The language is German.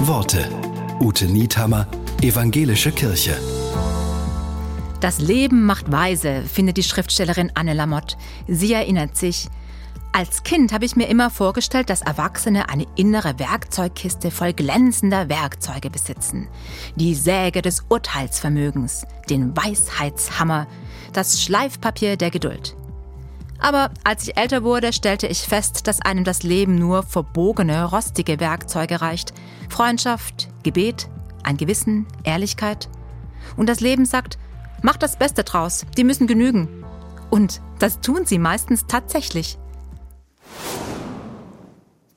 Worte. Ute Niethammer, Evangelische Kirche. Das Leben macht weise, findet die Schriftstellerin Anne Lamott. Sie erinnert sich: Als Kind habe ich mir immer vorgestellt, dass Erwachsene eine innere Werkzeugkiste voll glänzender Werkzeuge besitzen. Die Säge des Urteilsvermögens, den Weisheitshammer, das Schleifpapier der Geduld. Aber als ich älter wurde, stellte ich fest, dass einem das Leben nur verbogene, rostige Werkzeuge reicht. Freundschaft, Gebet, ein Gewissen, Ehrlichkeit. Und das Leben sagt: Mach das Beste draus, die müssen genügen. Und das tun sie meistens tatsächlich.